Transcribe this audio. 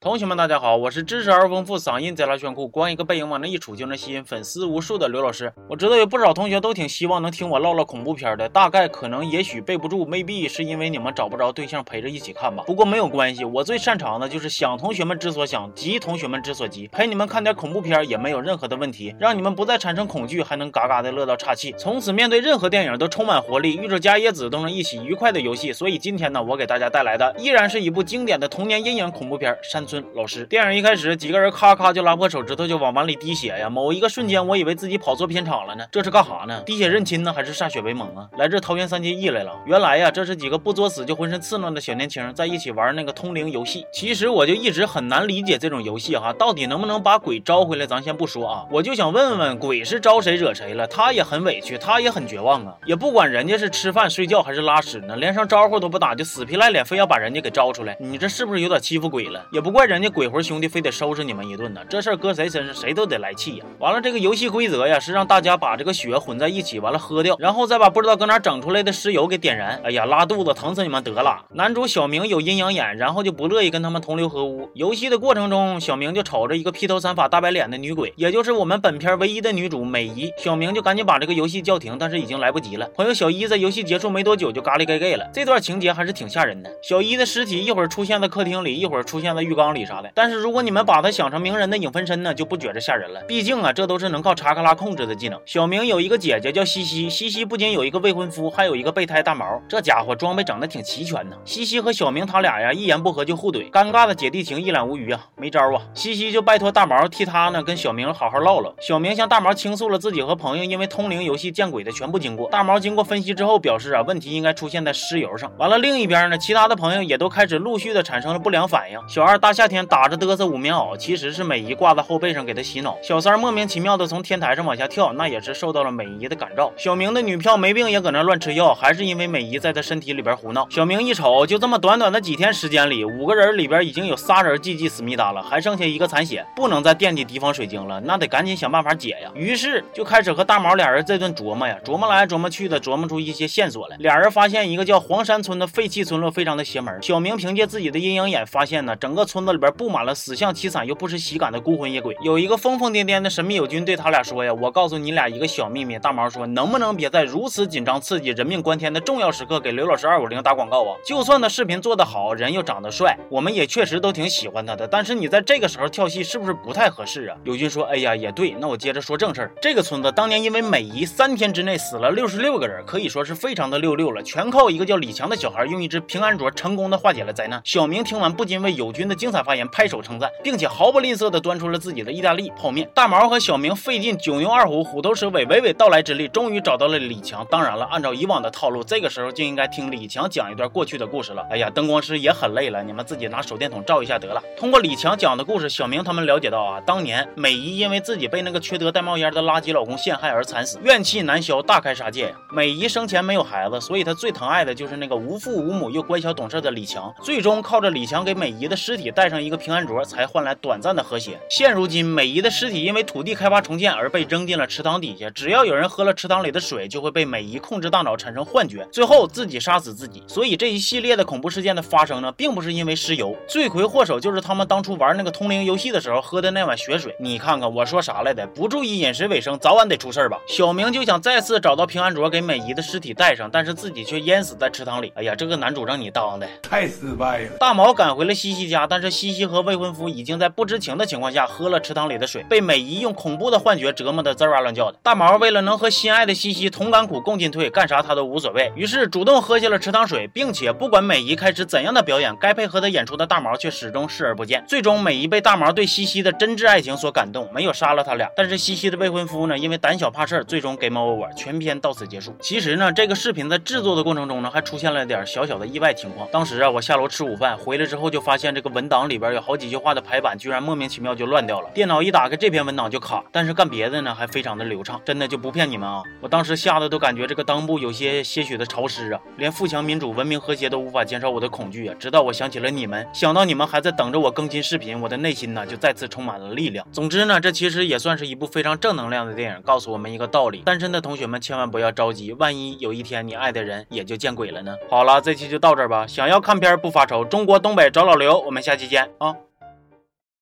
同学们大家好，我是知识而丰富，嗓音贼拉炫酷，光一个背影往那一杵就能吸引粉丝无数的刘老师。我知道有不少同学都挺希望能听我唠唠恐怖片的，大概可能也许背不住，maybe 是因为你们找不着对象陪着一起看吧。不过没有关系，我最擅长的就是想同学们之所想，急同学们之所急，陪你们看点恐怖片也没有任何的问题，让你们不再产生恐惧，还能嘎嘎的乐到岔气，从此面对任何电影都充满活力，遇着伽椰子都能一起愉快的游戏。所以今天呢，我给大家带来的依然是一部经典的童年阴影恐怖片《山村老师》。电影一开始，几个人咔咔就拉破手指头就往碗里滴血呀！某一个瞬间，我以为自己跑错片场了呢，这是干啥呢？滴血认亲呢，还是歃血为盟啊？来这桃园三结义来了？原来呀，这是几个不作死就浑身刺挠的小年轻在一起玩那个通灵游戏。其实我就一直很难理解这种游戏哈，到底能不能把鬼招回来？咱先不说啊，我就想问问，鬼是招谁惹谁了？他也很委屈，他也很绝望啊，也不管人家是吃饭睡觉还是拉屎呢，连上招呼都不打，就死皮赖脸非要把人家给招出来，你这是不是有点欺负鬼了？也不怪人家鬼魂兄弟非得收拾你们一顿呢，这事儿搁谁身上谁都得来气呀。完了，这个游戏规则呀是让大家把这个血混在一起，完了喝掉，然后再把不知道搁哪整出来的尸油给点燃。哎呀，拉肚子疼死你们得了。男主小明有阴阳眼，然后就不乐意跟他们同流合污。游戏的过程中，小明就瞅着一个披头散发大白脸的女鬼，也就是我们本片唯一的女主美姨。小明就赶紧把这个游戏叫停，但是已经来不及了。朋友小一在游戏结束没多久就嘎里盖盖了，这段情节还是挺吓人的。小一的尸体一会儿出现在客厅里，一会儿出现在浴缸里啥的，但是如果你们把它想成名人的影分身呢，就不觉着吓人了。毕竟啊，这都是能靠查克拉控制的技能。小明有一个姐姐叫西西，西西不仅有一个未婚夫，还有一个备胎大毛，这家伙装备整得挺齐全呢。西西和小明他俩呀一言不合就互怼，尴尬的姐弟情一览无余啊，没招啊。西西就拜托大毛替他呢跟小明好好唠唠。小明向大毛倾诉了自己和朋友因为通灵游戏见鬼的全部经过。大毛经过分析之后表示啊，问题应该出现在尸油上。完了，另一边呢，其他的朋友也都开始陆续的产生了不良反应。小二大夏天打着嘚瑟捂棉袄，其实是美姨挂在后背上给他洗脑。小三莫名其妙的从天台上往下跳，那也是受到了美姨的感召。小明的女票没病也搁那乱吃药，还是因为美姨在他身体里边胡闹。小明一瞅，就这么短短的几天时间里，5个人里边已经有3人寄思密达了，还剩下一个残血，不能再惦记敌方水晶了，那得赶紧想办法解呀。于是就开始和大毛俩人这顿琢磨呀，琢磨来琢磨去的，琢磨出一些线索来。俩人发现一个叫黄山村的废弃村落非常的邪门。小明凭借自己的阴阳眼发现呢，整个村子里边布满了死相凄惨又不失喜感的孤魂野鬼。有一个疯疯癫癫的神秘友军对他俩说呀，我告诉你俩一个小秘密。大毛说，能不能别在如此紧张刺激人命关天的重要时刻给刘老师250打广告啊？就算他视频做得好，人又长得帅，我们也确实都挺喜欢他的，但是你在这个时候跳戏是不是不太合适啊？友军说，哎呀也对，那我接着说正事儿。这个村子当年因为美姨3天之内死了66个人，可以说是非常的66了，全靠一个叫李强的小孩用一只平安镯成功的化解了灾难。小明听完不禁为友军的精彩发言拍手称赞，并且毫不吝啬的端出了自己的意大利泡面。大毛和小明费尽9牛2虎虎头蛇尾娓娓道来之力，终于找到了李强。当然了，按照以往的套路，这个时候就应该听李强讲一段过去的故事了。哎呀，灯光师也很累了，你们自己拿手电筒照一下得了。通过李强讲的故事，小明他们了解到啊，当年美姨因为自己被那个缺德带冒烟的垃圾老公陷害而惨死，怨气难消，大开杀戒呀。美姨生前没有孩子，所以她最疼爱的就是那个无父无母又乖巧懂事的李强。最终靠着李强给美姨的尸体戴上一个平安镯，才换来短暂的和谐。现如今，美姨的尸体因为土地开发重建而被扔进了池塘底下，只要有人喝了池塘里的水，就会被美姨控制大脑产生幻觉，最后自己杀死自己。所以这一系列的恐怖事件的发生呢，并不是因为尸油，罪魁祸首就是他们当初玩那个通灵游戏的时候喝的那碗血水。你看看我说啥来的，不注意饮食卫生，早晚得出事吧。小明就想再次找到平安镯给美姨的尸体戴上，但是自己却淹死在池塘里。哎呀，这个男主让你当的太失败了。 大毛赶回了西西家，但是西西和未婚夫已经在不知情的情况下喝了池塘里的水，被美姨用恐怖的幻觉折磨得滋哇乱叫的。大毛为了能和心爱的西西同甘苦共进退，干啥他都无所谓，于是主动喝下了池塘水，并且不管美姨开始怎样的表演，该配合他演出的大毛却始终视而不见。最终美姨被大毛对西西的真挚爱情所感动，没有杀了他俩，但是西西的未婚夫呢，因为胆小怕事，最终game over，全片到此结束。其实呢，这个视频在制作的过程中呢，还出现了点小小的意外情况。当时啊，我下楼吃午饭回来之后，就发现这个文档里边有好几句话的排版居然莫名其妙就乱掉了，电脑一打开这篇文档就卡，但是干别的呢还非常的流畅，真的就不骗你们啊，我当时吓得都感觉这个裆部有些些许的潮湿啊，连富强民主文明和谐都无法减少我的恐惧啊。直到我想起了你们，想到你们还在等着我更新视频，我的内心呢就再次充满了力量。总之呢，这其实也算是一部非常正能量的电影，告诉我们一个道理，单身的同学们千万不要着急，万一有一天你爱的人也就见鬼了呢。好了，这期就到这儿吧，想要看片不发愁，中国东北找老刘，我们下期见啊。